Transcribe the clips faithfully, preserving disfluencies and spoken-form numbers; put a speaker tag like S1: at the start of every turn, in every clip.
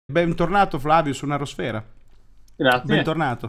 S1: Bentornato Flavio su Narosfera.
S2: Grazie.
S1: Bentornato.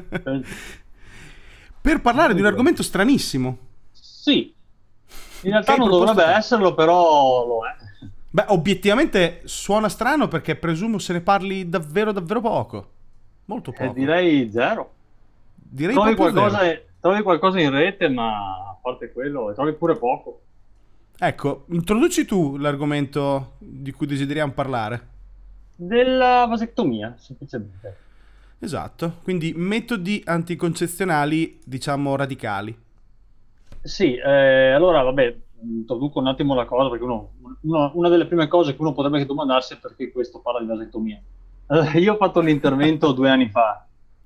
S1: Per parlare di un argomento stranissimo.
S2: Sì, in realtà
S1: Che hai
S2: non
S1: proposto
S2: dovrebbe
S1: te?
S2: esserlo, però lo è.
S1: Beh, obiettivamente suona strano perché presumo se ne parli davvero davvero poco. Molto
S2: Eh,
S1: poco.
S2: direi zero.
S1: Direi
S2: Trovi
S1: proprio zero.
S2: qualcosa, trovi qualcosa in rete, ma a parte quello, trovi pure poco.
S1: Ecco, introduci tu l'argomento di cui desideriamo parlare.
S2: Della vasectomia, semplicemente.
S1: Esatto, quindi metodi anticoncezionali, diciamo, radicali.
S2: Sì, eh, allora vabbè, introduco un attimo la cosa perché uno, uno- una delle prime cose che uno potrebbe domandarsi è perché questo parla di vasectomia. Allora, io ho fatto l'intervento due anni fa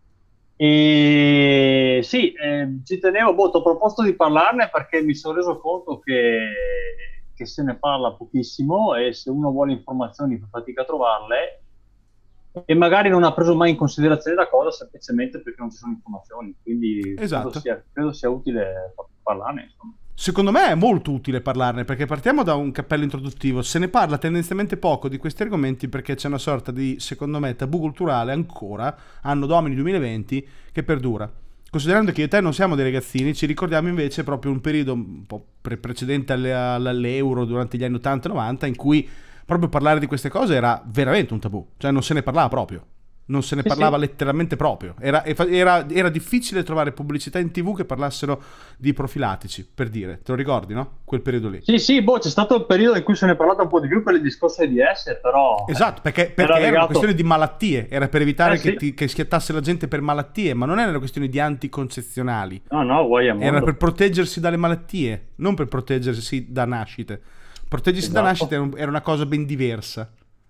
S2: e sì, eh, ci tenevo, boh, ti ho proposto di parlarne perché mi sono reso conto che, che se ne parla pochissimo e se uno vuole informazioni fa fatica a trovarle e magari non ha preso mai in considerazione la cosa semplicemente perché non ci sono informazioni, quindi credo
S1: Esatto.
S2: sia, credo sia utile parlarne, insomma.
S1: Secondo me è molto utile parlarne perché partiamo da un cappello introduttivo. Se ne parla tendenzialmente poco di questi argomenti perché c'è una sorta di, secondo me, tabù culturale ancora, anno domini duemilaventi, che perdura. Considerando che io e te non siamo dei ragazzini, ci ricordiamo invece proprio un periodo un po' pre- precedente alle- all'euro, durante gli anni ottanta novanta, in cui proprio parlare di queste cose era veramente un tabù. Cioè non se ne parlava proprio. Non se ne
S2: Sì,
S1: parlava
S2: sì.
S1: letteralmente proprio. Era, era, era difficile trovare pubblicità in tv che parlassero di profilattici, per dire. Te lo ricordi, no? Quel periodo lì.
S2: Sì, sì, boh, c'è stato il periodo in cui se ne è parlato un po' di più per il discorso AIDS, però
S1: Esatto,
S2: eh,
S1: perché,
S2: era
S1: perché era una questione
S2: legato...
S1: di malattie, era per
S2: Eh
S1: evitare che,
S2: sì,
S1: ti- che schiattasse la gente per malattie, ma non era una questione di anticoncezionali,
S2: no, no, vuoi a
S1: era per
S2: mondo.
S1: proteggersi dalle malattie, non per proteggersi da nascite. Proteggersi da nascite
S2: Esatto.
S1: era un- era una cosa ben diversa,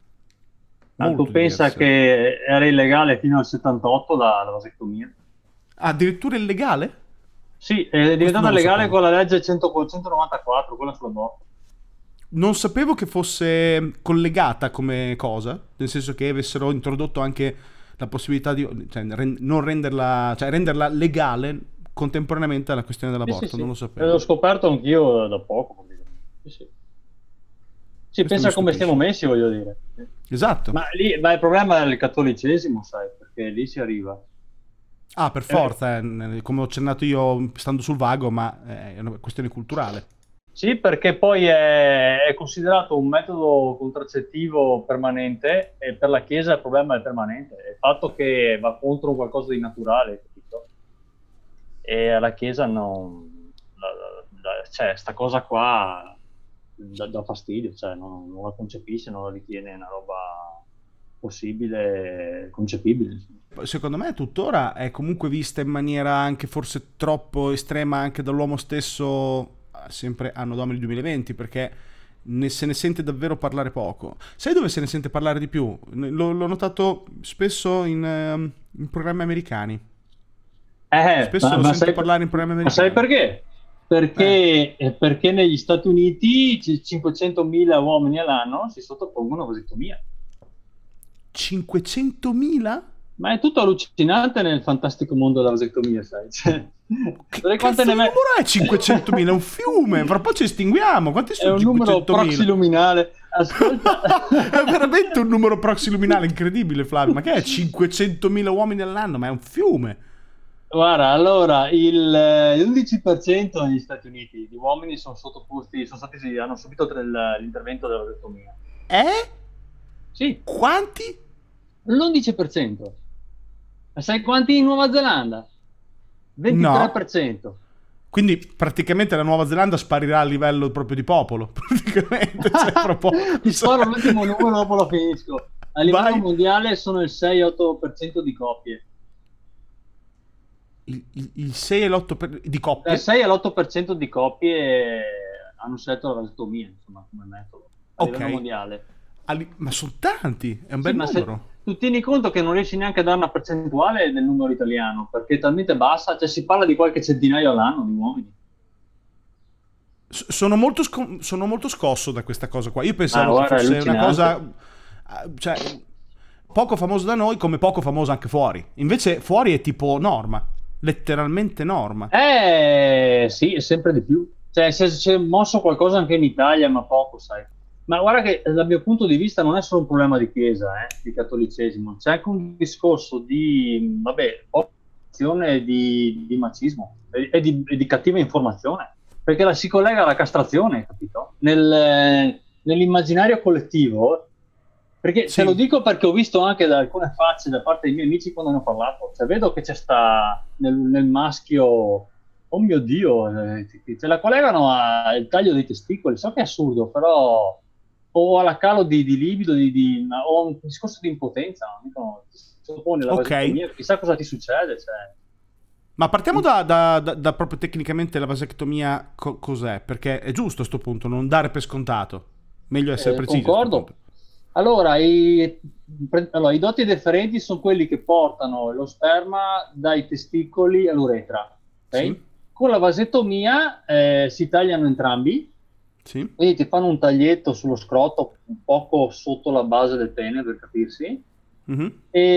S2: Ma tu
S1: molto
S2: pensa
S1: diversa.
S2: che era illegale fino al settantotto la, la vasectomia?
S1: Ah, addirittura illegale?
S2: Sì, è
S1: Questo
S2: diventata
S1: non lo
S2: legale
S1: sapevo.
S2: con la legge cento centonovantaquattro, quella sull'aborto.
S1: Non sapevo che fosse collegata come cosa, nel senso che avessero introdotto anche la possibilità di, cioè, ren- non renderla, cioè renderla legale contemporaneamente alla questione
S2: Sì, sì,
S1: dell'aborto,
S2: sì,
S1: non lo
S2: e l'ho
S1: sapevo.
S2: scoperto anch'io da poco, praticamente. Sì, sì. Sì,
S1: Questo mi
S2: pensa come stiamo
S1: stupisce.
S2: messi, voglio dire. Sì.
S1: Esatto.
S2: Ma lì, ma il problema è il cattolicesimo, sai, perché lì si arriva.
S1: Ah, per
S2: Eh,
S1: forza, eh, come ho accennato io stando sul vago, ma è una questione culturale.
S2: Sì, perché poi è, è considerato un metodo contraccettivo permanente e per la Chiesa il problema è permanente, è il fatto che va contro qualcosa di naturale, capito? E alla Chiesa non... la- la- la- cioè, sta cosa qua dà, dà fastidio, cioè non, non la concepisce, non la ritiene una roba possibile, concepibile, insomma.
S1: Secondo me tuttora è comunque vista in maniera anche forse troppo estrema anche dall'uomo stesso, sempre anno domini duemilaventi, perché ne- se ne sente davvero parlare poco. Sai dove se ne sente parlare di più? L'ho, l'ho notato spesso in, ehm, in programmi americani.
S2: Eh,
S1: Spesso
S2: ma,
S1: lo
S2: ma
S1: sento
S2: sai,
S1: parlare in programmi
S2: ma sai
S1: americani.
S2: perché?
S1: Eh,
S2: Perché, eh, perché negli Stati Uniti c- cinquecentomila uomini all'anno si sottopongono a vasectomia.
S1: cinquecentomila?
S2: Ma è tutto allucinante nel fantastico mondo della vasectomia, sai? Cioè,
S1: Che
S2: sai quante
S1: cazzo
S2: ne
S1: di
S2: me-
S1: numero è cinquecentomila? È un fiume! Fra poi ci estinguiamo. Quanti
S2: È
S1: sono
S2: un numero
S1: cinquecentomila?
S2: proxiluminale. Ascolta.
S1: È veramente un numero proxiluminale incredibile, Flavio. Ma che è cinquecentomila uomini all'anno? Ma è un fiume.
S2: Guarda, allora, il, eh, l'undici per cento negli Stati Uniti di uomini sono sottoposti, sono stati, sì, hanno subito del- l'intervento della vasectomia.
S1: Eh?
S2: Sì,
S1: Quanti?
S2: l'undici per cento. Ma sai quanti in Nuova Zelanda?
S1: No.
S2: ventitré per cento.
S1: Quindi praticamente la Nuova Zelanda sparirà a livello proprio di popolo. Praticamente, cioè proprio...
S2: Ti sparo l'ultimo numero, dopo lo finisco. A livello
S1: Vai.
S2: mondiale sono il sei otto per cento di coppie.
S1: Il, il- il sei e l'otto per... di
S2: Dal
S1: coppie?
S2: sei all'otto per cento di coppie hanno scelto la vasectomia, insomma, come metodo a livello
S1: Ok.
S2: mondiale.
S1: Ali- Ma sono tanti. È un
S2: Sì,
S1: bel
S2: ma se
S1: numero.
S2: tu tieni conto che non riesci neanche a dare una percentuale del numero italiano, perché è talmente bassa, cioè si parla di qualche centinaio all'anno di uomini.
S1: S- sono molto, sco- sono molto scosso da questa cosa qua. Io
S2: Ma
S1: pensavo che
S2: guarda, è
S1: fosse una cosa,
S2: allucinante.
S1: eh, cioè, poco famosa da noi, come poco famosa anche fuori. Invece fuori è tipo norma, letteralmente norma.
S2: Eh, sì, è sempre di più. Cioè, si è, si è mosso qualcosa anche in Italia, ma poco, sai. Ma guarda che dal mio punto di vista non è solo un problema di chiesa, eh, di cattolicesimo, c'è anche un discorso di, vabbè, opzione di, di macismo e, e di, e di cattiva informazione, perché la si collega alla castrazione, capito? Nel, nell'immaginario collettivo, perché te lo
S1: Sì,
S2: dico perché ho visto anche da alcune facce da parte dei miei amici quando ne ho parlato, cioè vedo che c'è sta nel, nel maschio, oh mio Dio, eh, ce la collegano al taglio dei testicoli, so che è assurdo, però o alla calo di, di libido, di, di- o un discorso di impotenza, no? Dicono, ti sottoponi alla
S1: ok.
S2: vasectomia, chissà cosa ti succede, cioè.
S1: Ma partiamo da, da- da- da proprio tecnicamente la vasectomia co- cos'è? Perché è giusto a sto punto non dare per scontato. Meglio essere
S2: Eh,
S1: precisi a sto punto.
S2: concordo. Allora i, pre- allora, i doti deferenti sono quelli che portano lo sperma dai testicoli all'uretra, ok?
S1: Sì?
S2: Con la vasettomia eh, si tagliano entrambi,
S1: Sì?
S2: quindi ti fanno un taglietto sullo scroto, un poco sotto la base del pene, per capirsi,
S1: Mhm.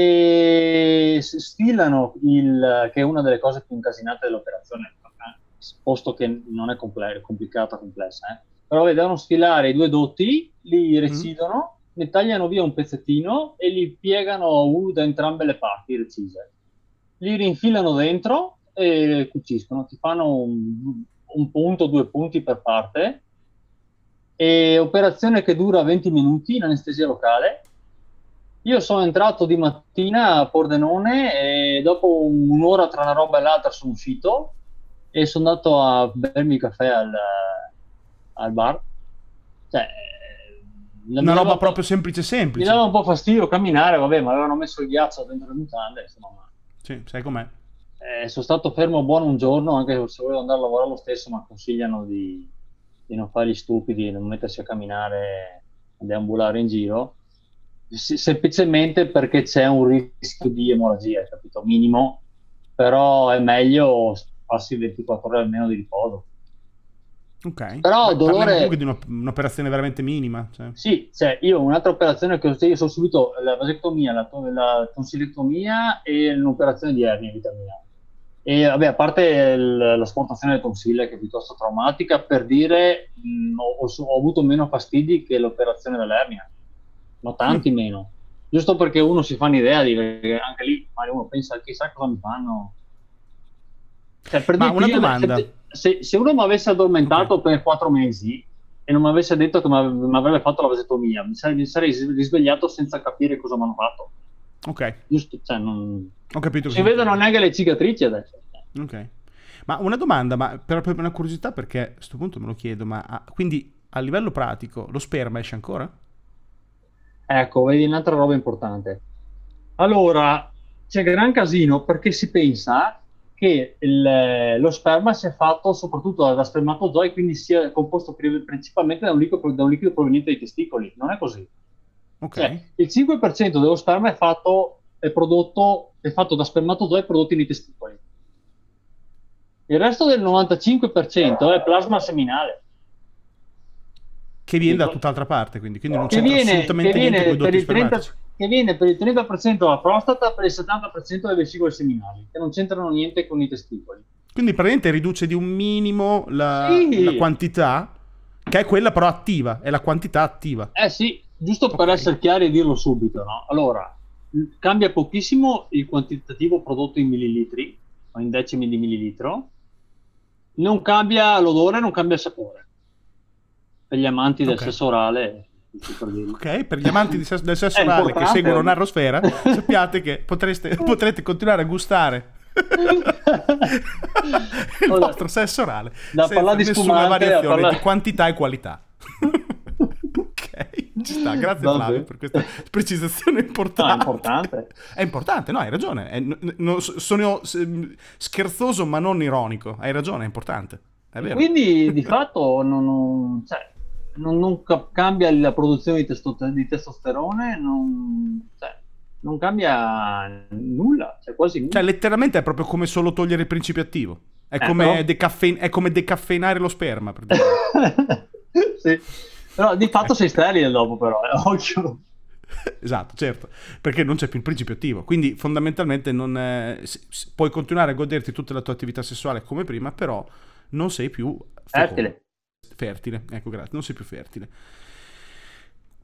S2: e s- sfilano il, che è una delle cose più incasinate dell'operazione, eh, posto che non è comple- complicata, complessa, eh. Però vedi, devono sfilare i due dotti, li
S1: Mhm.
S2: recidono, ne tagliano via un pezzettino e li piegano uno da entrambe le parti recise. Li rinfilano dentro e cuciscono, ti fanno un, un punto, due punti per parte, e operazione che dura venti minuti in anestesia locale. Io sono entrato di mattina a Pordenone e dopo un'ora tra una roba e l'altra sono uscito e sono andato a bermi caffè al, al bar. Cioè, eh,
S1: Una
S2: mi dava
S1: roba
S2: un po',
S1: proprio semplice
S2: mi dava
S1: semplice.
S2: un po' fastidio camminare, vabbè, ma avevano messo il ghiaccio dentro le mutande, insomma, ma
S1: Sì, sai com'è?
S2: eh, sono stato fermo buono un giorno, anche se volevo andare a lavorare lo stesso, ma consigliano di, di non fare gli stupidi, non mettersi a camminare, a deambulare in giro, S- semplicemente perché c'è un rischio di emorragia, capito? Minimo, però è meglio farsi ventiquattro ore almeno di riposo.
S1: Ok.
S2: Però
S1: Beh, parliamo comunque
S2: dolore,
S1: di una- un'operazione veramente minima. Cioè.
S2: sì, cioè io un'altra operazione che ho io sono subito la vasectomia, la, to- la tonsillectomia e un'operazione di ernia vitamina. E vabbè, a parte il- l'asportazione delle tonsille che è piuttosto traumatica, per dire, mh, ho, ho- ho avuto meno fastidi che l'operazione dell'ernia, ma tanti meno. Giusto perché uno si fa un'idea di che anche lì, magari uno pensa, chissà cosa mi fanno. Cioè, per
S1: Ma
S2: dirti,
S1: una
S2: io,
S1: domanda.
S2: se, se- se uno mi avesse
S1: Ok.
S2: addormentato per quattro mesi e non mi avesse detto che mi ave- mi avrebbe fatto la vasectomia, mi sarei, mi sarei risvegliato senza capire cosa mi hanno fatto.
S1: Ok.
S2: Giusto, cioè, non, non
S1: Ho capito
S2: si
S1: cosa
S2: vedono
S1: intendi.
S2: neanche le cicatrici adesso.
S1: Ok. Ma una domanda, ma per, per una curiosità, perché a questo punto me lo chiedo, ma ah, quindi a livello pratico lo sperma esce ancora?
S2: Ecco, vedi un'altra roba importante. Allora, c'è gran casino perché si pensa che il- lo sperma sia fatto soprattutto da spermatozoi, quindi sia composto pri- principalmente da un liquido, da un liquido proveniente dai testicoli. Non è così.
S1: Ok.
S2: Cioè, il cinque per cento dello sperma è fatto, è prodotto, è fatto da spermatozoi prodotti nei testicoli. Il resto del novantacinque per cento è plasma seminale.
S1: Che viene da
S2: Capito?
S1: tutt'altra parte, quindi, quindi non
S2: che
S1: c'entra
S2: viene, che
S1: assolutamente niente con
S2: viene
S1: i
S2: per
S1: dotti
S2: il trenta,
S1: spermatici.
S2: che viene per il trenta per cento dalla prostata, per il settanta per cento delle vescicole seminali, che non c'entrano niente con i testicoli.
S1: Quindi praticamente riduce di un minimo la, la
S2: Sì,
S1: quantità, che è quella però attiva, è la quantità attiva.
S2: eh sì, giusto per
S1: Ok.
S2: essere chiari e dirlo subito, no? Allora, mh, cambia pochissimo il quantitativo prodotto in millilitri o in decimi di millilitro, non cambia l'odore, non cambia il sapore. Per gli amanti del
S1: Ok.
S2: sesso orale, giusto per dirlo.
S1: Ok, per gli amanti di ses- del
S2: È
S1: sesso orale che
S2: importante,
S1: seguono
S2: ovvio.
S1: Narrosfera, sappiate che potreste, potrete continuare a gustare il
S2: Allora,
S1: vostro sesso orale
S2: da
S1: senza
S2: parlare di
S1: nessuna
S2: spumante a
S1: variazione di
S2: parlare.
S1: quantità e qualità. Ok, ci sta. Grazie Flavio
S2: Vabbè.
S1: per questa precisazione
S2: No, è
S1: importante.
S2: importante.
S1: È importante, no, hai ragione. È- n- n- sono s- scherzoso ma non ironico. Hai ragione, è importante. È
S2: E
S1: vero.
S2: quindi di fatto non, non- cioè, non- non ca- cambia la produzione di, testo- di testosterone, non, cioè, non cambia nulla, cioè quasi
S1: Cioè,
S2: nulla.
S1: letteralmente è proprio come solo togliere il principio attivo. È
S2: Eh,
S1: come,
S2: però...
S1: decaffe- è come decaffeinare lo sperma, praticamente.
S2: Sì. Però di fatto
S1: Ok.
S2: sei sterile dopo, però, eh, occhio.
S1: Esatto, certo, perché non c'è più il principio attivo. Quindi fondamentalmente non è- s- s- puoi continuare a goderti tutta la tua attività sessuale come prima, però non sei più fecondo.
S2: Fertile.
S1: Fertile, ecco, grazie, non sei più fertile.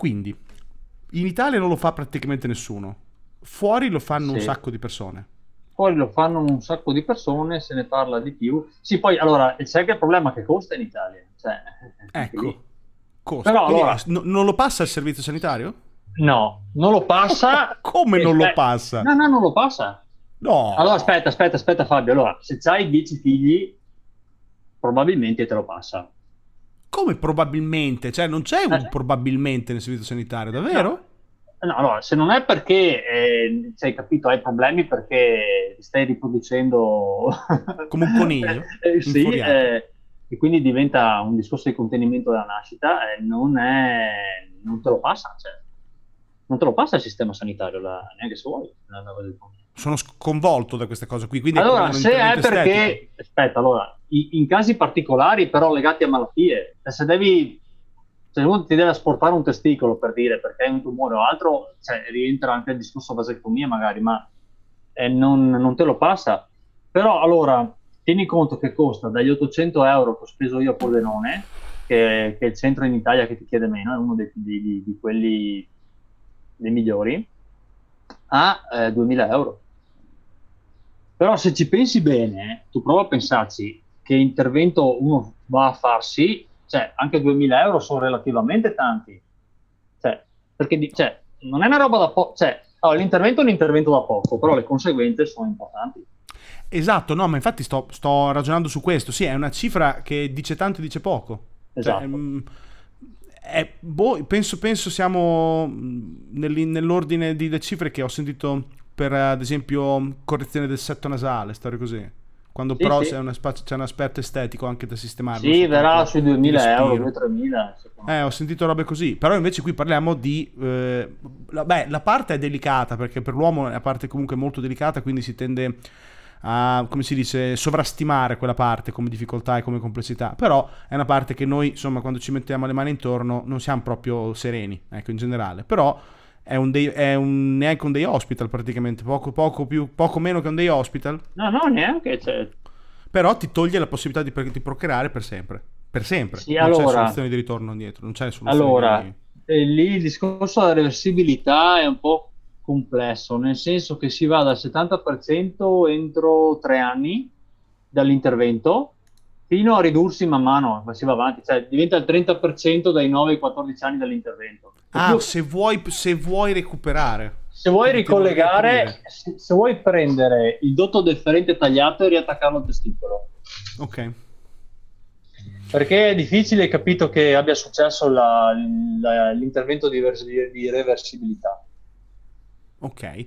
S1: Quindi, in Italia non lo fa praticamente nessuno, fuori lo fanno
S2: Sì.
S1: un sacco di persone.
S2: Poi lo fanno un sacco di persone, se ne parla di più. Sì, poi allora c'è che il problema che costa in Italia. Cioè, anche lì.
S1: Ecco, costa.
S2: Però
S1: Quindi,
S2: allora,
S1: no- non lo passa il servizio sanitario?
S2: no, non lo passa.
S1: Come
S2: e
S1: non lo
S2: aspe-
S1: passa?
S2: No, no, non lo passa.
S1: No.
S2: Allora aspetta, aspetta, aspetta Fabio. Allora, se hai dieci figli, probabilmente te lo passa.
S1: Come probabilmente? Cioè, non c'è un
S2: Eh,
S1: probabilmente nel servizio sanitario, davvero?
S2: no. No, allora, se non è perché, eh, cioè, capito, hai problemi perché ti stai riproducendo
S1: Come un coniglio,
S2: eh, sì,
S1: infuriato.
S2: eh, e quindi diventa un discorso di contenimento della nascita, eh, non è, non te lo passa, cioè, non te lo passa il sistema sanitario, la- neanche se vuoi. la- la- la-
S1: Sono sconvolto da questa cosa qui, quindi è
S2: Allora,
S1: come un
S2: se è
S1: intervento estetico.
S2: perché, aspetta, allora, i- in casi particolari però legati a malattie, cioè, se devi, se uno ti deve asportare un testicolo per dire perché hai un tumore o altro, cioè, rientra anche il discorso vasectomia magari, ma eh, non, non te lo passa. Però allora, tieni conto che costa dagli ottocento euro che ho speso io a Pordenone, che, che è il centro in Italia che ti chiede meno, è uno dei, di, di- di quelli dei migliori, a eh, duemila euro. Però se ci pensi bene, tu prova a pensarci che intervento uno va a farsi, cioè anche duemila euro sono relativamente tanti. Cioè, perché di- cioè, non è una roba da poco, cioè, allora, l'intervento è un intervento da poco, però le conseguenze sono importanti.
S1: Esatto, no, ma infatti sto, sto ragionando su questo. Sì, è una cifra che dice tanto e dice poco. Cioè,
S2: Esatto.
S1: mm, è- boh, penso, penso siamo mm, nell'i- nell'ordine di le cifre che ho sentito per, ad esempio, correzione del setto nasale, storie così. Quando
S2: Sì,
S1: però
S2: sì.
S1: c'è un, aspa- c'è un aspetto estetico anche da sistemare, non
S2: Sì, verrà
S1: soltanto
S2: sui
S1: di
S2: duemila euro,
S1: respiro.
S2: duemila-tremila. secondo
S1: Eh,
S2: me.
S1: ho sentito robe così, però invece qui parliamo di... eh, la, beh, la parte è delicata, perché per l'uomo è una parte comunque molto delicata, quindi si tende a, come si dice, sovrastimare quella parte come difficoltà e come complessità, però è una parte che noi, insomma, quando ci mettiamo le mani intorno non siamo proprio sereni, ecco, in generale, però è un, day, è un neanche un day hospital praticamente, poco, poco, più, poco meno che un day hospital,
S2: No, no, neanche. Cioè,
S1: però ti toglie la possibilità di, di procreare per sempre. Per sempre,
S2: sì,
S1: non c'è
S2: allora,
S1: soluzione di ritorno indietro, non c'è soluzione
S2: allora
S1: di...
S2: eh, lì il discorso della reversibilità è un po' complesso, nel senso che si va dal settanta per cento entro tre anni dall'intervento fino a ridursi man mano, ma si va avanti, cioè diventa il trenta per cento dai nove ai quattordici anni dall'intervento. Per
S1: Ah,
S2: cui,
S1: se vuoi, se vuoi recuperare.
S2: se vuoi
S1: Quindi te lo devi
S2: ricollegare,
S1: aprire.
S2: se, se vuoi prendere il dotto deferente tagliato e riattaccarlo al testicolo.
S1: Ok.
S2: Perché è difficile, capito, che abbia successo la- la- l'intervento di, vers- di reversibilità.
S1: Ok.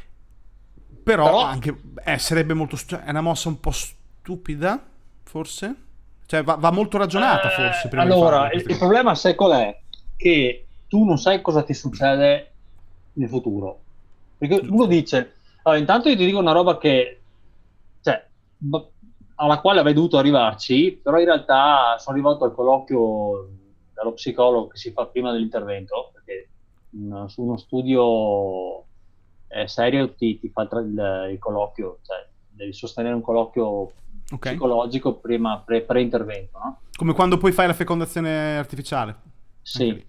S1: Però,
S2: Però,
S1: anche eh, sarebbe molto stu- è una mossa un po' stupida, forse? Cioè va, va molto ragionata
S2: eh,
S1: forse prima di
S2: allora,
S1: farla
S2: il,
S1: questa
S2: il
S1: cosa.
S2: problema sai qual è? Che tu non sai cosa ti succede nel futuro. Perché uno
S1: Giusto.
S2: dice, allora, intanto io ti dico una roba che, cioè, b- alla quale avrei dovuto arrivarci, però in realtà sono arrivato al colloquio dallo psicologo che si fa prima dell'intervento, perché mm, su uno studio eh, serio ti, ti fa il, tra- il- il colloquio, cioè devi sostenere un colloquio
S1: Ok.
S2: psicologico prima, pre- pre-intervento, no?
S1: Come quando poi fai la fecondazione artificiale. Anche
S2: Sì.
S1: lì.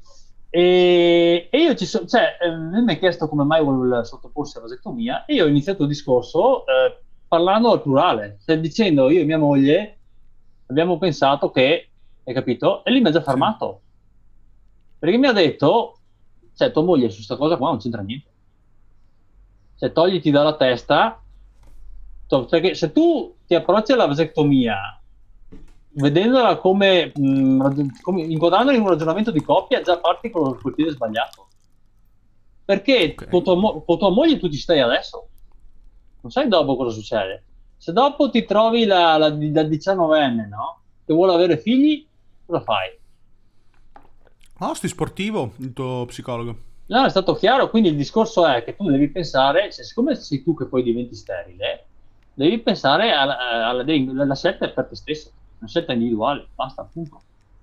S2: E, e io ci sono, cioè, ehm, lui mi ha chiesto come mai vuole sottoporsi a vasectomia e io ho iniziato il discorso eh, parlando al plurale, cioè dicendo io e mia moglie abbiamo pensato che, hai capito? E lui mi ha già fermato. Perché mi ha detto, cioè tua moglie su questa cosa qua non c'entra niente. Cioè togliti dalla testa, to- perché se tu ti approcci alla vasectomia vedendola come, mh, raggi- come inquadrandola in un ragionamento di coppia, già parti con col piede sbagliato. Perché
S1: Ok.
S2: con tua, mo- con tua moglie tu ci stai adesso, non sai dopo cosa succede. Se dopo ti trovi la, la, da diciannovenne, no? Che vuole avere figli, cosa fai?
S1: Oh, sti sportivo, il tuo psicologo.
S2: No, è stato chiaro, quindi il discorso è che tu devi pensare, cioè, siccome sei tu che poi diventi sterile, devi pensare alla, alla, alla scelta per te stesso, una scelta individuale, basta, appunto.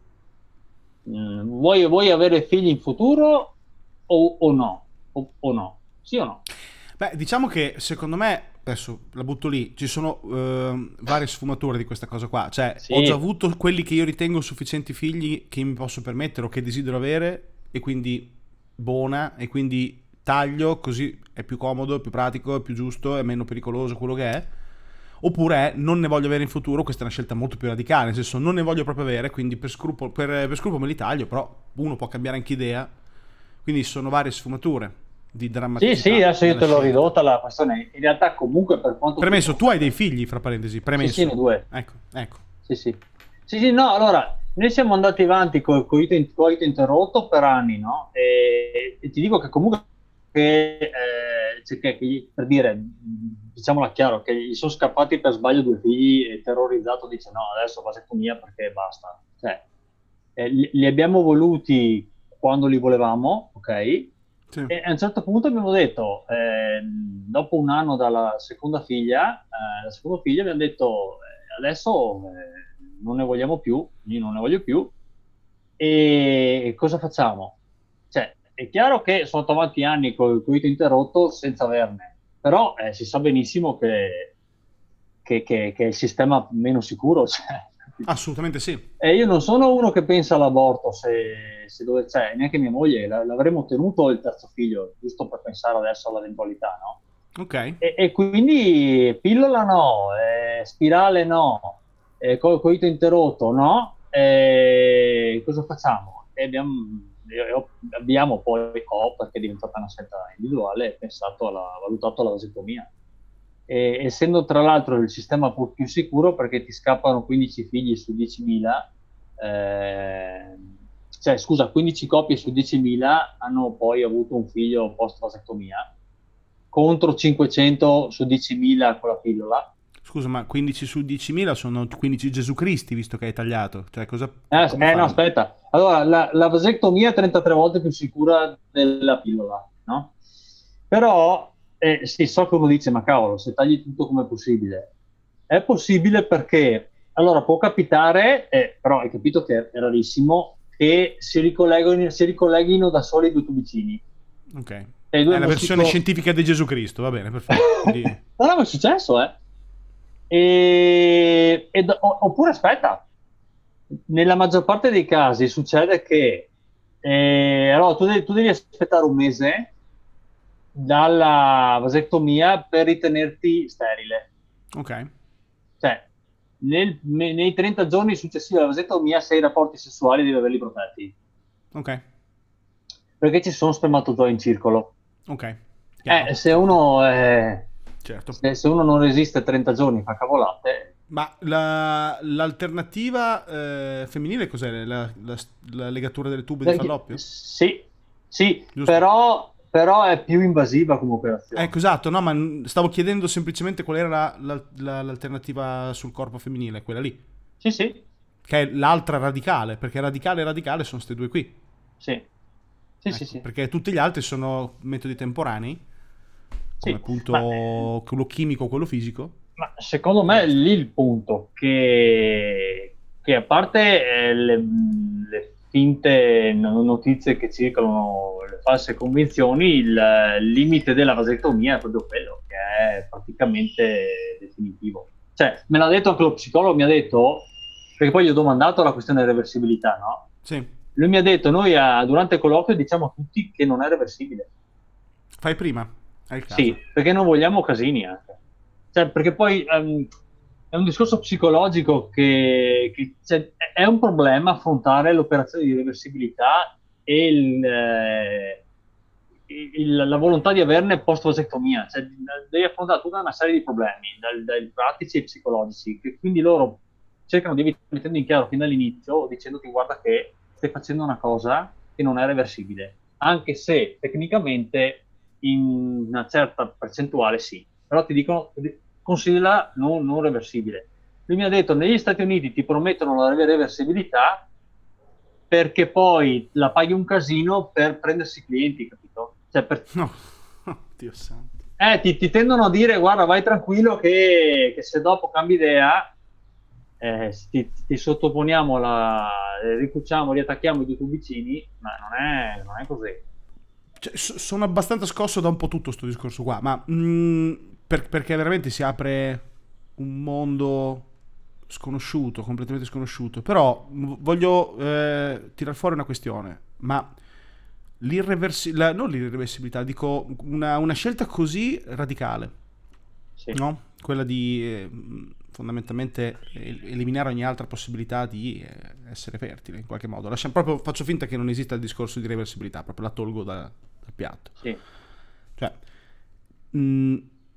S2: Mm, vuoi, vuoi avere figli in futuro o, o no? O, o no? Sì o no?
S1: Beh, diciamo che secondo me, adesso la butto lì, ci sono ehm, varie sfumature di questa cosa qua. Cioè,
S2: Sì.
S1: ho già avuto quelli che io ritengo sufficienti figli che mi posso permettere o che desidero avere e quindi buona e quindi taglio, così è più comodo, è più pratico, è più giusto, è meno pericoloso, quello che è. Oppure è non ne voglio avere in futuro, questa è una scelta molto più radicale, nel senso non ne voglio proprio avere, quindi per scrupolo, per, per scrupolo me li taglio, però uno può cambiare anche idea, quindi sono varie sfumature di
S2: Sì,
S1: drammaticità.
S2: sì, adesso io
S1: della
S2: te l'ho
S1: scelta.
S2: ridotta la questione. In realtà, comunque, per quanto tu
S1: Premesso, tu
S2: possa...
S1: hai dei figli, fra parentesi,
S2: Sì,
S1: premesso.
S2: sì, ne due.
S1: Ecco, ecco.
S2: Sì, sì. Sì, sì, no, allora, noi siamo andati avanti col coito, in- coito interrotto per anni, no? E, e ti dico che comunque, che, eh, cioè che- che- per dire, diciamola chiaro, che gli sono scappati per sbaglio due figli e terrorizzato dice no, adesso vasectomia perché basta. Cioè, eh, li, li abbiamo voluti quando li volevamo, ok?
S1: Sì.
S2: E a un certo punto abbiamo detto, eh, dopo un anno dalla seconda figlia, eh, la seconda figlia abbiamo detto, eh, adesso eh, non ne vogliamo più, io non ne voglio più, e cosa facciamo? Cioè, è chiaro che sono andati avanti anni con il coito interrotto senza averne, però eh, si sa benissimo che, che, che- che è il sistema meno sicuro. Cioè.
S1: Assolutamente sì.
S2: E io non sono uno che pensa all'aborto, se, se dove c'è, neanche mia moglie, la- l'avremmo tenuto il terzo figlio, giusto per pensare adesso all'eventualità, no?
S1: Ok.
S2: E, e quindi pillola no, eh, spirale no, eh, co- coito interrotto no, eh, cosa facciamo? E abbiamo, io- abbiamo poi, ho, perché è diventata una scelta individuale, pensato alla, valutato la vasectomia. E, essendo tra l'altro il sistema pu- più sicuro perché ti scappano quindici figli su diecimila, eh, cioè scusa, quindici coppie su diecimila hanno poi avuto un figlio post vasectomia contro cinquecento su diecimila con la pillola.
S1: Scusa, ma quindici su diecimila sono quindici Gesù Cristi, visto che hai tagliato. Cioè, cosa,
S2: Eh,
S1: come
S2: eh, no,
S1: fai?
S2: aspetta. Allora, la, la vasectomia è trentatré volte più sicura della pillola, no? Però, eh, sì, so che uno dice, ma cavolo, se tagli tutto com'è possibile? È possibile perché, allora, può capitare, eh, però hai capito che è rarissimo, che si ricolleghino, si ricolleghino da soli i due tubicini.
S1: Ok.
S2: E i due
S1: È la versione
S2: moschito-
S1: scientifica di Gesù Cristo, va bene, perfetto. Quindi...
S2: No, no, ma è successo, eh. E, ed- o- oppure aspetta, nella maggior parte dei casi succede che eh, allora, tu, devi, tu devi aspettare un mese dalla vasectomia per ritenerti sterile.
S1: Ok.
S2: Cioè, nel- ne- nei trenta giorni successivi alla vasectomia, se hai rapporti sessuali devi averli protetti,
S1: Ok.
S2: perché ci sono spermatozoi in circolo.
S1: Ok. Chiaro.
S2: Eh, se uno, eh,
S1: Certo.
S2: se, se uno non resiste trenta giorni fa cavolate.
S1: Ma la- l'alternativa eh, femminile cos'è? La, la- la legatura delle tube di falloppio?
S2: Sì, sì,
S1: Giusto?
S2: però, però è più invasiva come operazione.
S1: Ecco, esatto, no, ma n- stavo chiedendo semplicemente qual era la- la- la- l'alternativa sul corpo femminile, quella lì,
S2: Sì, sì,
S1: che è l'altra radicale, perché radicale e radicale sono queste due qui.
S2: sì, sì, sì,
S1: Ecco,
S2: sì,
S1: perché tutti gli altri sono metodi temporanei, come
S2: sì. Ma,
S1: appunto quello chimico o quello fisico.
S2: ma secondo me è lì il punto che, che a parte eh, le, le finte no- notizie che circolano, le false convinzioni, il limite della vasectomia è proprio quello, che è praticamente definitivo. Cioè, me l'ha detto anche lo psicologo, mi ha detto, perché poi gli ho domandato la questione reversibilità, no?
S1: Sì,
S2: Lui mi ha detto, noi a- durante il colloquio diciamo a tutti che non è reversibile.
S1: fai prima, è il
S2: Sì,
S1: caso.
S2: perché non vogliamo casini anche. Cioè, perché poi ehm, è un discorso psicologico che, che- cioè, è un problema affrontare l'operazione di reversibilità e il, eh, il- la volontà di averne post vasectomia. Cioè, devi affrontare tutta una serie di problemi, dal- dai pratici e psicologici, che quindi loro cercano di mettendo in chiaro fin dall'inizio, dicendoti guarda che stai facendo una cosa che non è reversibile, anche se tecnicamente in una certa percentuale sì, però ti dicono considera non, non reversibile. Lui mi ha detto negli Stati Uniti ti promettono la reversibilità perché poi la paghi un casino per prendersi clienti, capito? Cioè per...
S1: No, oh, Dio santo.
S2: Eh, ti, ti tendono a dire guarda vai tranquillo che, che se dopo cambi idea eh, ti, ti sottoponiamo la, ricuciamo, riattacchiamo i due tubicini, ma non è, non è così.
S1: Cioè, so- sono abbastanza scosso da un po' tutto sto discorso qua, ma mm, per- perché veramente si apre un mondo sconosciuto, completamente sconosciuto. Però m- voglio eh, tirar fuori una questione, ma l'irreversibilità, non l'irreversibilità, dico una, una scelta così radicale,
S2: Sì.
S1: no? Quella di eh, fondamentalmente el- eliminare ogni altra possibilità di eh, essere fertile in qualche modo. Lascia- proprio faccio finta che non esista il discorso di reversibilità, proprio la tolgo da- dal piatto.
S2: Sì.
S1: Cioè, mh,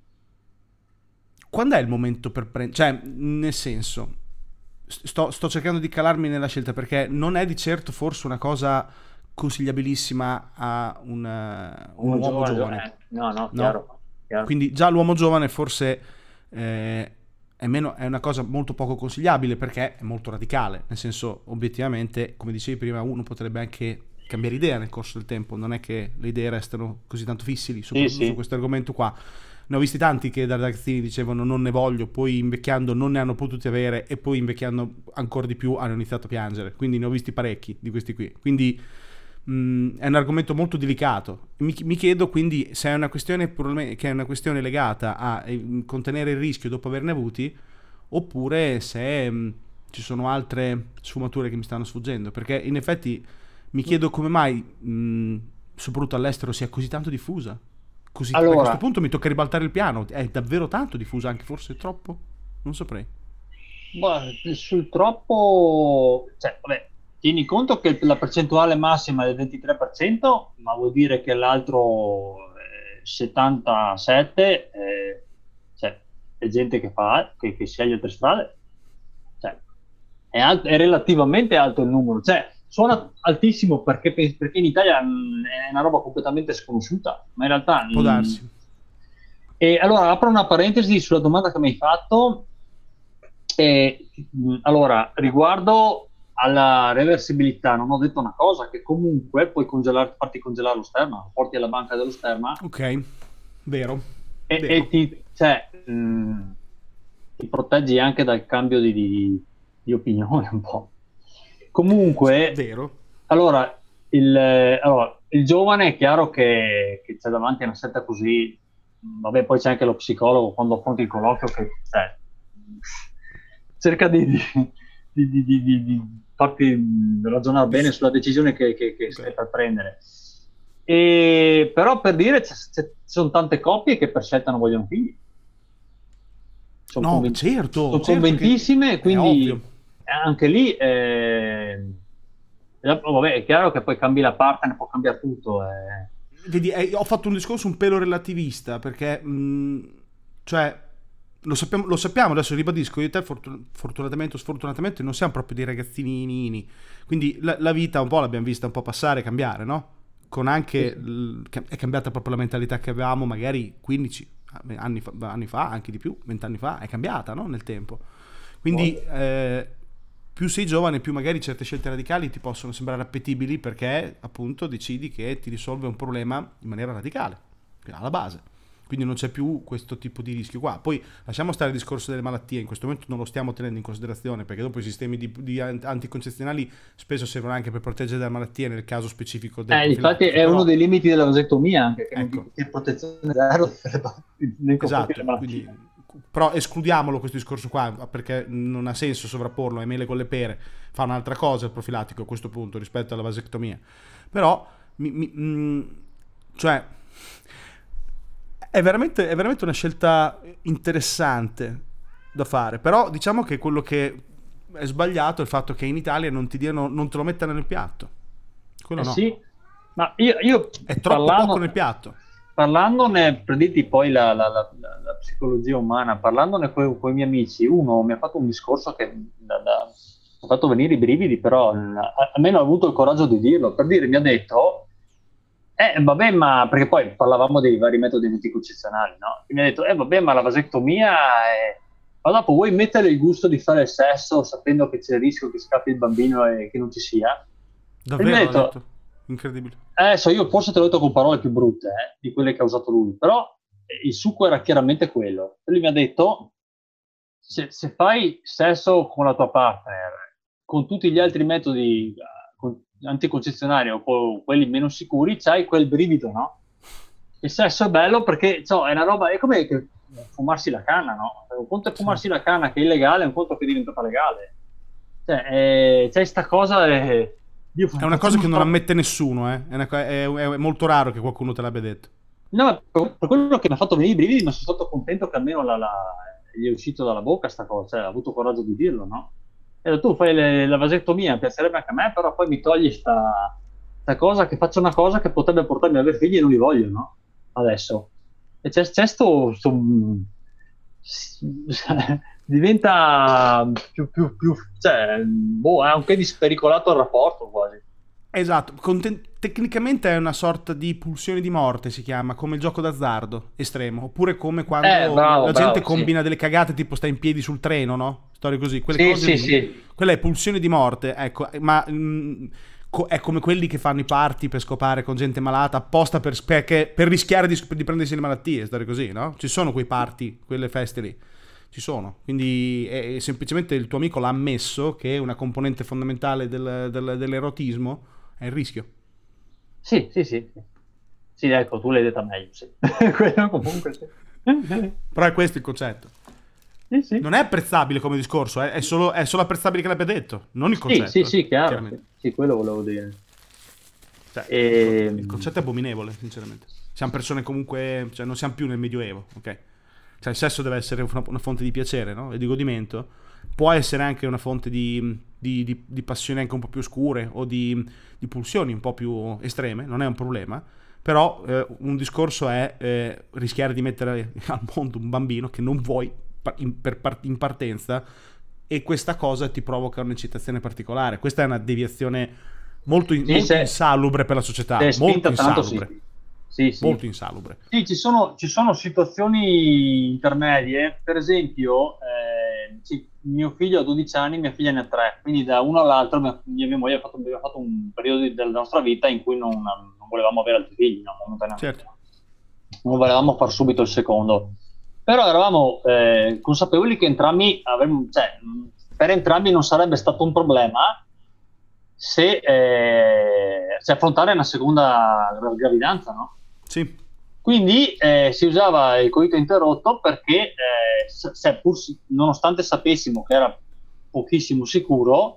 S1: quando è il momento per prendere, cioè, nel senso, sto, sto cercando di calarmi nella scelta perché non è di certo forse una cosa consigliabilissima a un, eh, un
S2: Uno
S1: uomo
S2: giovane,
S1: giovane,
S2: eh, no, no,
S1: no?
S2: chiaro, chiaro.
S1: Quindi già l'uomo giovane forse eh, è, meno, è una cosa molto poco consigliabile perché è molto radicale, nel senso obiettivamente, come dicevi prima, uno potrebbe anche cambiare idea nel corso del tempo, non è che le idee restano così tanto fissili, soprattutto
S2: Sì,
S1: su
S2: sì.
S1: questo argomento qua. Ne ho visti tanti che da ragazzini dicevano non ne voglio, poi invecchiando non ne hanno potuti avere e poi invecchiando ancora di più hanno iniziato a piangere, quindi ne ho visti parecchi di questi qui. Quindi mh, è un argomento molto delicato. Mi, mi chiedo quindi se è una questione che è una questione legata a eh, contenere il rischio dopo averne avuti, oppure se mh, ci sono altre sfumature che mi stanno sfuggendo, perché in effetti mi chiedo come mai mh, soprattutto all'estero sia così tanto diffusa. Così, perché a questo
S2: Allora,
S1: punto mi tocca ribaltare il piano, è davvero tanto diffusa, anche forse troppo? Non saprei.
S2: guarda, sul troppo, cioè, vabbè, tieni conto che la percentuale massima è del ventitré per cento, ma vuol dire che l'altro eh, settantasette eh, cioè, è gente che fa, che, che sceglie altre strade. Cioè, è, al- è relativamente alto il numero, cioè, suona altissimo perché, perché in Italia mh, è una roba completamente sconosciuta, ma in realtà...
S1: Può
S2: mh,
S1: darsi.
S2: e allora apro una parentesi sulla domanda che mi hai fatto. E, mh, allora, riguardo alla reversibilità, non ho detto una cosa, che comunque puoi congelare, farti congelare lo sperma, lo porti alla banca dello sperma
S1: Ok, vero.
S2: e,
S1: Vero.
S2: e ti, cioè, mh, ti proteggi anche dal cambio di, di- di opinione un po'. Comunque,
S1: Vero.
S2: allora il, eh, allora, il giovane è chiaro che, che c'è davanti a una scelta così, vabbè, poi c'è anche lo psicologo quando affronti il colloquio che cioè, cerca di, di, di, di, di- di- di farti ragionare bene sulla decisione che, che, che stai
S1: Ok.
S2: per prendere. E, però per dire, c'è- c'è- ci sono tante coppie che per scelta non vogliono figli. Sono
S1: No,
S2: convin-
S1: certo,
S2: sono
S1: certo che
S2: convintissime,
S1: è
S2: quindi
S1: ovvio.
S2: anche lì eh, eh, vabbè, è chiaro che poi cambi la partner, può cambiare tutto. eh.
S1: Vedi, eh, ho fatto un discorso un pelo relativista perché, mh, cioè, lo sappiamo, lo sappiamo, adesso ribadisco, io e te fortun- fortunatamente o sfortunatamente non siamo proprio dei ragazzini, quindi la, la vita un po' l'abbiamo vista un po' passare e cambiare, no? Con
S2: Sì,
S1: anche,
S2: sì.
S1: l- è cambiata proprio la mentalità che avevamo magari quindici anni fa, anni fa, anche di più, venti anni fa, è cambiata, no? Nel tempo. Quindi
S2: Poi,
S1: eh, più sei giovane, più magari certe scelte radicali ti possono sembrare appetibili perché appunto decidi che ti risolve un problema in maniera radicale, alla base. Quindi non c'è più questo tipo di rischio qua. Poi lasciamo stare il discorso delle malattie, in questo momento non lo stiamo tenendo in considerazione perché dopo i sistemi di, di anticoncezionali spesso servono anche per proteggere dalle malattie nel caso specifico del
S2: eh, infatti
S1: profilattico,
S2: è uno
S1: però
S2: dei limiti della vasectomia anche, che non ti
S1: ecco,
S2: che protezione zero nei confronti
S1: esatto,
S2: delle malattie.
S1: quindi però escludiamolo questo discorso qua perché non ha senso sovrapporlo ai mele con le pere, fa un'altra cosa il profilattico a questo punto rispetto alla vasectomia. Però mi, mi, mh, cioè è veramente, è veramente una scelta interessante da fare, però diciamo che quello che è sbagliato è il fatto che in Italia non ti diano, non te lo mettano nel piatto. Quello
S2: Eh
S1: no.
S2: sì, ma io, io
S1: È troppo poco nel
S2: parlando,
S1: piatto.
S2: parlandone, per dirti poi la, la- la- la- la psicologia umana, parlandone con i miei amici, uno mi ha fatto un discorso che da- da- mi ha fatto venire i brividi, però eh, a- almeno ha avuto il coraggio di dirlo. Per dire, mi ha detto, eh vabbè, ma perché poi parlavamo dei vari metodi anticoncezionali, no? E mi ha detto, eh vabbè, ma la vasectomia è... Ma dopo vuoi mettere il gusto di fare il sesso sapendo che c'è il rischio che scappi il bambino e che non ci sia? E mi ha
S1: Davvero l'ha
S2: detto,
S1: detto? Incredibile.
S2: adesso io forse te l'ho detto con parole più brutte eh, di quelle che ha usato lui, però eh, il succo era chiaramente quello. Lui mi ha detto, se, se fai sesso con la tua partner, con tutti gli altri metodi eh, con- anticoncezionali o con quelli meno sicuri, c'hai quel brivido, no? Il sesso è bello perché so, è una roba, è come che fumarsi la canna, no? Un conto è
S1: Sì.
S2: fumarsi la canna che è illegale, un conto che è diventata legale. Cioè, eh, c'è sta cosa, eh, Io
S1: È una cosa che non ammette nessuno, eh. È, una, è, è molto raro che qualcuno te l'abbia detto.
S2: No, per, per quello che mi ha fatto venire i brividi, ma sono stato contento che almeno la, la, gli è uscito dalla bocca sta cosa, cioè, ha avuto coraggio di dirlo, no? E ho detto, tu fai le, la vasectomia, piacerebbe anche a me, però poi mi togli sta, sta cosa, che faccio una cosa che potrebbe portarmi ad avere figli e non li voglio, no? Adesso. E c'è, c'è sto, sto diventa più, più, più cioè, boh, è anche dispericolato il rapporto quasi.
S1: Esatto, Conten- tecnicamente è una sorta di pulsione di morte, si chiama, come il gioco d'azzardo estremo, oppure come quando
S2: Eh, bravo,
S1: la gente
S2: bravo, sì.
S1: combina delle cagate, tipo sta in piedi sul treno, no? Storie così, quelle
S2: Sì,
S1: cose
S2: sì,
S1: lì,
S2: sì.
S1: quella è pulsione di morte, ecco, ma mh, co- è come quelli che fanno i party per scopare con gente malata apposta per, perché- per rischiare di, di prendersi le malattie, storie così, no? Ci sono quei party, quelle feste lì. Ci sono, quindi è, è semplicemente il tuo amico l'ha ammesso che una componente fondamentale del- del- dell'erotismo è il rischio.
S2: Sì, sì, sì. Sì, ecco, tu l'hai detta meglio, sì. Quello comunque sì.
S1: Però è questo il concetto.
S2: Sì, sì.
S1: Non è apprezzabile come discorso, eh, è, solo, è solo apprezzabile che l'abbia detto, non il
S2: Sì, sì,
S1: concetto,
S2: sì, chiaro. Sì,
S1: chiaramente.
S2: sì, quello volevo dire.
S1: Cioè, il, co-
S2: E...
S1: il concetto è abominevole, sinceramente. Siamo persone comunque, cioè non siamo più nel Medioevo, ok? Cioè il sesso deve essere una, una fonte di piacere, no? E di godimento. Può essere anche una fonte di, di, di, di passioni anche un po' più oscure o di, di pulsioni un po' più estreme, non è un problema. Però eh, un discorso è eh, rischiare di mettere al mondo un bambino che non vuoi in, per, in partenza, e questa cosa ti provoca un'eccitazione particolare. Questa è una deviazione molto,
S2: Sì,
S1: molto
S2: se,
S1: insalubre per la
S2: se
S1: società,
S2: è
S1: molto
S2: spinta tanto,
S1: insalubre,
S2: sì. Sì, sì.
S1: molto insalubre.
S2: Sì, ci sono, ci sono situazioni intermedie, per esempio, eh, sì, mio figlio ha dodici anni, mia figlia ne ha tre, quindi da uno all'altro mia, mia moglie ha fatto, abbiamo fatto un periodo di- della nostra vita in cui non, non volevamo avere altri figli, no, momentaneamente.
S1: Certo.
S2: Non volevamo far subito il secondo. Però eravamo eh, consapevoli che entrambi avremmo, cioè, mh, per entrambi non sarebbe stato un problema se, eh, se affrontare una seconda gra- gravidanza, no?
S1: Sì.
S2: Quindi eh, si usava il coito interrotto perché, eh, se, se pur si- nonostante sapessimo che era pochissimo sicuro,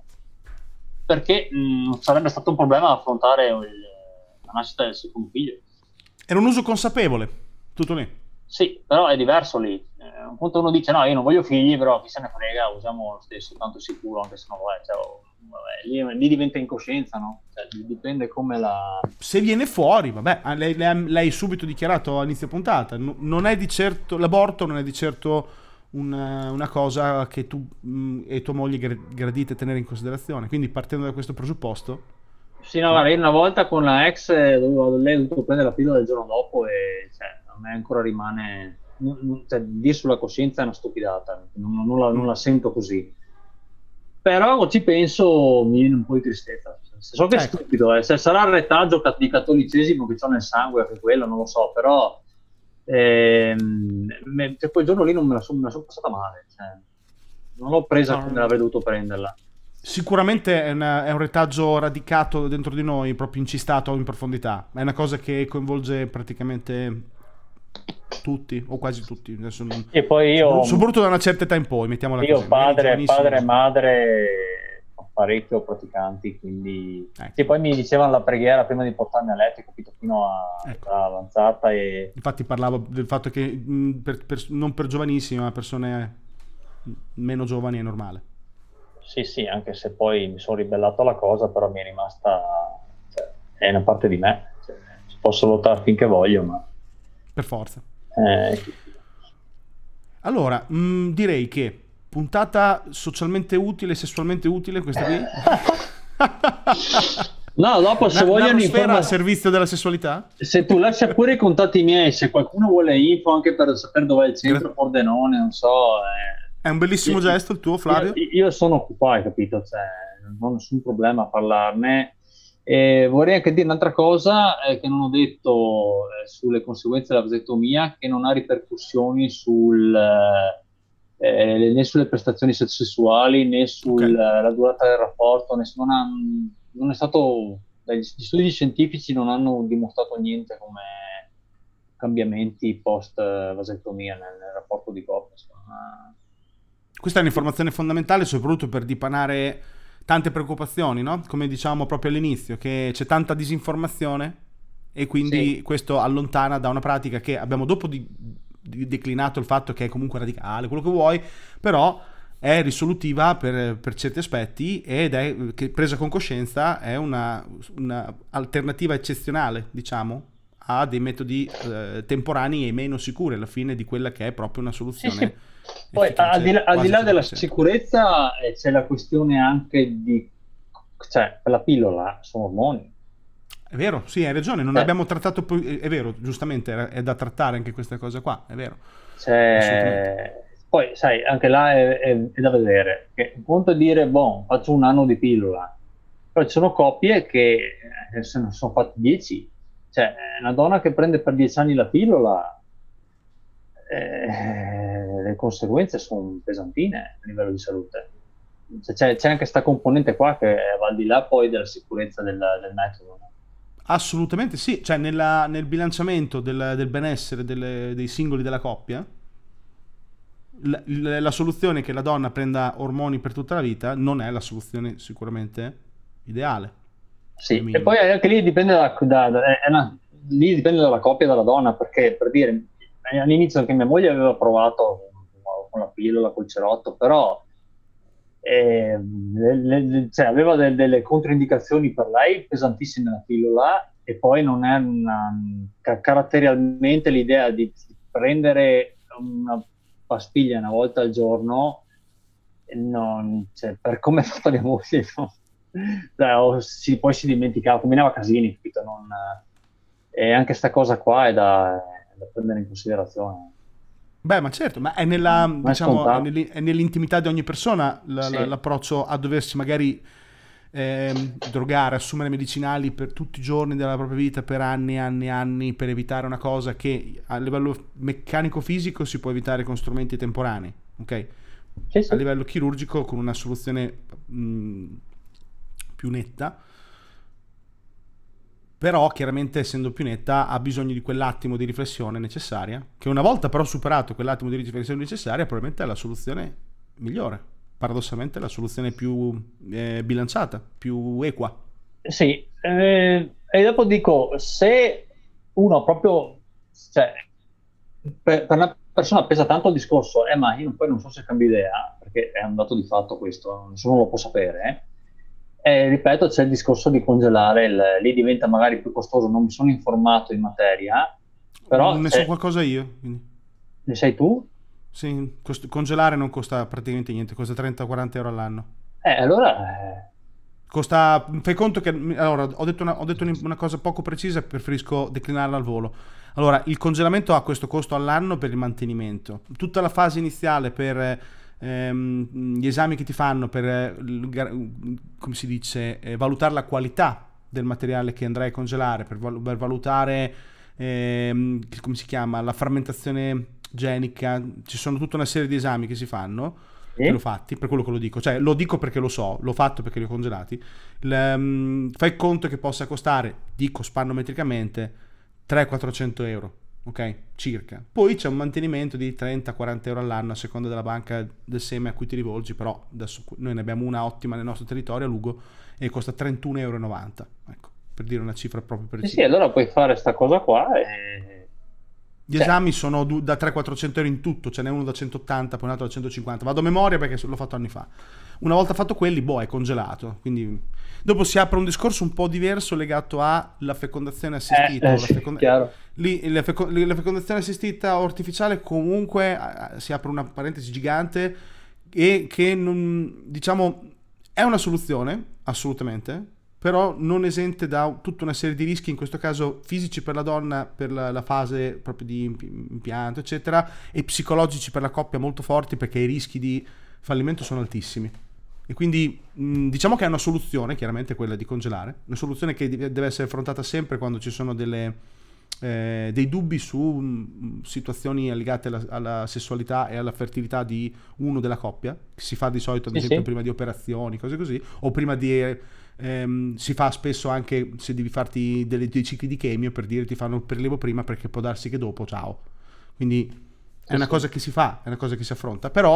S2: perché mh, non sarebbe stato un problema affrontare il- la nascita del secondo figlio.
S1: Era un uso consapevole, tutto lì.
S2: Sì, però è diverso lì. Eh, un conto uno dice no, io non voglio figli, però chi se ne frega, usiamo lo stesso, tanto sicuro, anche se non lo è. Cioè, oh, vabbè, lì, lì diventa incoscienza, no? Cioè, dipende come la...
S1: Se viene fuori, vabbè, ah, lei, lei, lei subito dichiarato a inizio puntata, no- non è di certo, l'aborto non è di certo una, una cosa che tu mh, e tua moglie gra- gradite tenere in considerazione. Quindi partendo da questo presupposto,
S2: Sì, no,
S1: no.
S2: guarda, io una volta con la ex, eh, dovevo, lei ha dovuto prendere la pillola il giorno dopo e cioè, a me ancora rimane... non- non- cioè, dir sulla coscienza è una stupidata, non, non la, non
S1: Mm.
S2: la sento così. Però ci penso, mi viene un po' di tristezza. So che è
S1: Ecco,
S2: stupido, eh. Se sarà il retaggio cat- di cattolicesimo che ho nel sangue, anche quello, non lo so, però ehm, me- cioè, quel giorno lì non me la sono son passata male, cioè, non l'ho presa come
S1: no,
S2: avrei dovuto prenderla.
S1: sicuramente è, una- è un retaggio radicato dentro di noi, proprio incistato in profondità. È una cosa che coinvolge praticamente tutti, o quasi tutti. Adesso non-
S2: E poi io,
S1: sopra- soprattutto da una certa età in poi, mettiamola
S2: io
S1: così. Magari
S2: padre,
S1: giovanissimi
S2: padre e
S1: no.
S2: madre sono parecchio praticanti, quindi
S1: Ecco,
S2: sì, poi mi dicevano la preghiera prima di portarmi a letto, capito, fino a
S1: ecco.
S2: età avanzata e
S1: Infatti parlavo del fatto che mh, per- per- non per giovanissimi, ma persone meno giovani è normale.
S2: sì, sì, anche se poi mi sono ribellato alla cosa, però mi è rimasta, cioè, è una parte di me, cioè, ci posso lottare finché voglio, ma
S1: Per forza.
S2: eh,
S1: Allora, mh, direi che puntata socialmente utile, sessualmente utile, questa qui?
S2: no, dopo se
S1: Na-
S2: vogliono
S1: narosfera a
S2: informazioni,
S1: servizio della sessualità?
S2: se tu lascia pure i contatti miei, se qualcuno vuole info anche per sapere dov'è il
S1: Gra-
S2: centro Pordenone, non so,
S1: È un
S2: eh,
S1: bellissimo
S2: io,
S1: gesto il tuo,
S2: io-
S1: Flavio.
S2: io sono occupato, capito? Cioè, non ho nessun problema a parlarne. E vorrei anche dire un'altra cosa eh, che non ho detto eh, sulle conseguenze della vasectomia, che non ha ripercussioni sul, eh, né sulle prestazioni sessuali né
S1: Ok.
S2: sulla durata del rapporto, né- non, ha- non è stato, gli studi scientifici non hanno dimostrato niente come cambiamenti post eh, vasectomia nel, nel rapporto di coppia. Insomma.
S1: Questa è un'informazione fondamentale, soprattutto per dipanare tante preoccupazioni, no? Come diciamo proprio all'inizio, che c'è tanta disinformazione e quindi
S2: Sì,
S1: questo allontana da una pratica che abbiamo dopo di, di- declinato il fatto che è comunque radicale, quello che vuoi, però è risolutiva per, per certi aspetti ed è, che presa con coscienza, è una, una alternativa eccezionale, diciamo, a dei metodi eh, temporanei e meno sicuri alla fine di quella che è proprio una
S2: sì,
S1: soluzione
S2: sì. Poi al di
S1: efficace
S2: là, al di
S1: quasi al
S2: là della
S1: cento per cento.
S2: sicurezza eh, c'è la questione anche di, cioè, per la pillola sono ormoni.
S1: È vero, sì, hai ragione, non
S2: Cioè,
S1: abbiamo trattato, poi- è vero, giustamente era- è da trattare anche questa cosa qua, è vero, assolutamente.
S2: cioè, poi, sai, anche là è, è- è da vedere. Che un conto è dire, boh, faccio un anno di pillola, però ci sono coppie che eh, se ne sono fatti dieci. Cioè, una donna che prende per dieci anni la pillola, eh, le conseguenze sono pesantine a livello di salute. Cioè, c'è c'è anche questa componente qua che va al di là poi della sicurezza del, del metodo, no?
S1: Assolutamente sì, cioè nella- nel bilanciamento del, del benessere delle- dei singoli della coppia, la, la- la soluzione che la donna prenda ormoni per tutta la vita non è la soluzione sicuramente ideale, come
S2: Sì, e
S1: minimo.
S2: poi anche lì dipende da, da- da- è una- lì dipende dalla coppia e dalla donna, perché per dire, eh, all'inizio anche mia moglie aveva provato con, con la pillola, col cerotto, però eh, le- le- le- cioè, aveva del- delle controindicazioni per lei pesantissime la pillola e poi non è una, ca- caratterialmente l'idea di prendere una pastiglia una volta al giorno, eh, non, cioè, per come è fatta mia moglie, no? Cioè, o si- poi si dimenticava, combinava casini, capito? Non, e anche sta cosa qua è da, è da prendere in considerazione.
S1: Beh, ma certo, ma è nella,
S2: Non è
S1: diciamo, è
S2: scontato.
S1: nell'i- è nell'intimità di ogni persona la- la-
S2: Sì,
S1: l'approccio a doversi magari ehm, drogare, assumere medicinali per tutti i giorni della propria vita, per anni e anni e anni, per evitare una cosa che a livello meccanico-fisico si può evitare con strumenti temporanei, ok?
S2: sì,
S1: A
S2: sì.
S1: livello chirurgico con una soluzione mh, più netta, però chiaramente essendo più netta ha bisogno di quell'attimo di riflessione necessaria, che una volta però superato quell'attimo di riflessione necessaria probabilmente è la soluzione migliore, paradossalmente è la soluzione più eh, bilanciata, più equa.
S2: Sì, eh, e dopo dico, se uno proprio, cioè, per, per una persona pesa tanto il discorso, eh, ma io poi non so se cambio idea, perché è un dato di fatto questo, nessuno lo può sapere, eh. E ripeto, c'è il discorso di congelare, il- lì diventa magari più costoso, non mi sono informato in materia, però
S1: Ne so
S2: c'è,
S1: qualcosa io, quindi.
S2: ne sei tu?
S1: Sì, cost- congelare non costa praticamente niente, costa trenta quaranta euro all'anno.
S2: Eh, allora, eh,
S1: Costa, fai conto che, allora, ho detto, una, ho detto una cosa poco precisa, preferisco declinarla al volo. Allora, il congelamento ha questo costo all'anno per il mantenimento. Tutta la fase iniziale per ehm, gli esami che ti fanno, per, eh, il gar- come si dice, eh, valutare la qualità del materiale che andrai a congelare, per, val- per valutare, ehm, come si chiama, la frammentazione genica. Ci sono tutta una serie di esami che si fanno che l'ho
S2: sì?
S1: fatti, per quello che lo dico, cioè lo dico perché lo so, l'ho fatto perché li ho congelati. Il, ehm, fai conto che possa costare, dico spannometricamente, trecento quattrocento euro, ok? Circa. Poi c'è un mantenimento di trenta quaranta euro all'anno a seconda della banca del seme a cui ti rivolgi, però adesso noi ne abbiamo una ottima nel nostro territorio a Lugo e costa trentuno e novanta euro, ecco, per dire una cifra proprio
S2: Sì, sì,
S1: precisa.
S2: allora puoi fare sta cosa qua e...
S1: Gli
S2: Cioè,
S1: esami sono du- da trecento quattrocento euro in tutto, ce n'è uno da centottanta, poi un altro da centocinquanta. Vado a memoria perché l'ho fatto anni fa. Una volta fatto quelli, boh, è congelato. Quindi dopo si apre un discorso un po' diverso legato alla fecondazione
S2: eh,
S1: assistita
S2: eh,
S1: o la
S2: sì,
S1: feconda-
S2: chiaro.
S1: lì la, feco- la fecondazione assistita o artificiale comunque eh, si apre una parentesi gigante e che non, diciamo è una soluzione assolutamente, però non esente da tutta una serie di rischi, in questo caso fisici per la donna per la, la fase proprio di impi- impianto eccetera, e psicologici per la coppia molto forti perché i rischi di fallimento sono altissimi. E quindi mh, diciamo che è una soluzione, chiaramente quella di congelare, una soluzione che deve deve essere affrontata sempre quando ci sono delle, eh, dei dubbi su mh, situazioni legate alla, alla sessualità e alla fertilità di uno della coppia, che si fa di solito ad
S2: Sì,
S1: esempio
S2: sì.
S1: prima di operazioni, cose così, o prima di... ehm, si fa spesso anche se devi farti delle- dei cicli di chemio, per dire ti fanno il prelievo prima perché può darsi che dopo ciao. Quindi è
S2: Sì,
S1: una
S2: sì.
S1: cosa che si fa, è una cosa che si affronta, però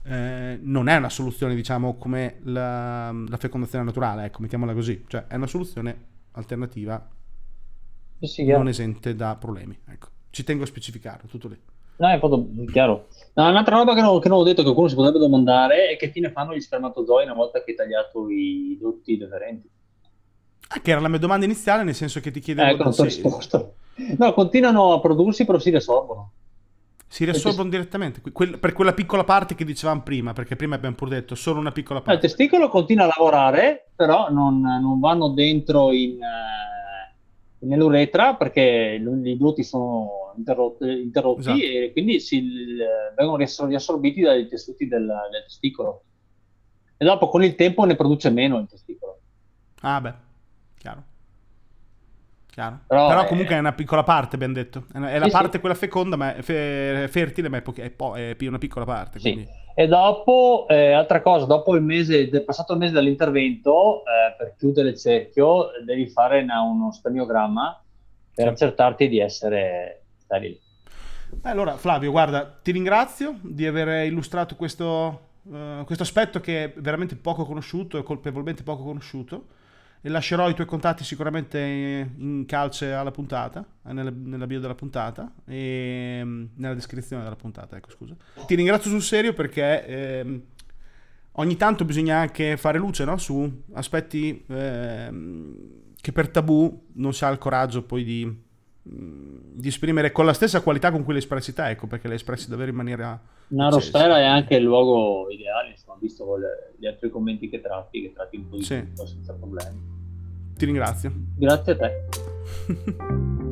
S1: eh, non è una soluzione, diciamo, come la, la fecondazione naturale, ecco, mettiamola così, cioè è una soluzione alternativa
S2: Sì, sì,
S1: non
S2: chiaro.
S1: esente da problemi, ecco. Ci tengo a specificarlo, tutto lì.
S2: No, è fatto chiaro. No, un'altra roba che non, che non ho detto, che qualcuno si potrebbe domandare, è che fine fanno gli spermatozoi una volta che hai tagliato i dotti deferenti.
S1: Ah, che era la mia domanda iniziale, nel senso che ti
S2: Eh,
S1: chiedevo
S2: ecco, non ti ho
S1: se
S2: risposto. No, continuano a prodursi, però si riassorbono.
S1: si
S2: Il, tes-
S1: riassorbono direttamente, que- quel- per quella piccola parte che dicevamo prima, perché prima abbiamo pure detto solo una piccola
S2: no, il
S1: parte.
S2: testicolo continua a lavorare, però non, non vanno dentro in, eh, nell'uretra perché l- i dotti sono interrotti, interrotti
S1: Esatto.
S2: e quindi si, eh, vengono riassor- riassorbiti dai tessuti del, del testicolo. E dopo con il tempo ne produce meno il testicolo.
S1: Ah, beh, chiaro, chiaro.
S2: Però
S1: Però comunque è
S2: eh,
S1: una piccola parte, abbiamo detto. È, una- è la
S2: sì, sì,
S1: parte quella feconda, ma è fe- fertile, ma è, pochi- è po- è più una piccola parte,
S2: sì.
S1: quindi...
S2: E dopo, eh, altra cosa, dopo il mese, de- passato il mese dall'intervento, eh, per chiudere il cerchio, devi fare una- uno spermiogramma per
S1: Sì.
S2: accertarti di essere sterili.
S1: Eh, Allora, Flavio, guarda, ti ringrazio di aver illustrato questo, eh, questo aspetto che è veramente poco conosciuto e colpevolmente poco conosciuto. E lascerò i tuoi contatti sicuramente in calce alla puntata, eh, nella, nella bio della puntata e mm, nella descrizione della puntata, ecco, scusa. Ti ringrazio sul serio perché ehm, ogni tanto bisogna anche fare luce, no? Su aspetti ehm, che per tabù non si ha il coraggio poi di, mm, di esprimere con la stessa qualità con cui le espressi te, ecco, perché le espressi davvero in maniera eccelsa.
S2: Un'aerosfera è
S1: Quindi,
S2: anche il luogo ideale, insomma, visto con le- gli altri commenti che tratti, che tratti un po' di
S1: sì,
S2: tutto senza problemi.
S1: ti ringrazio.
S2: Grazie a te.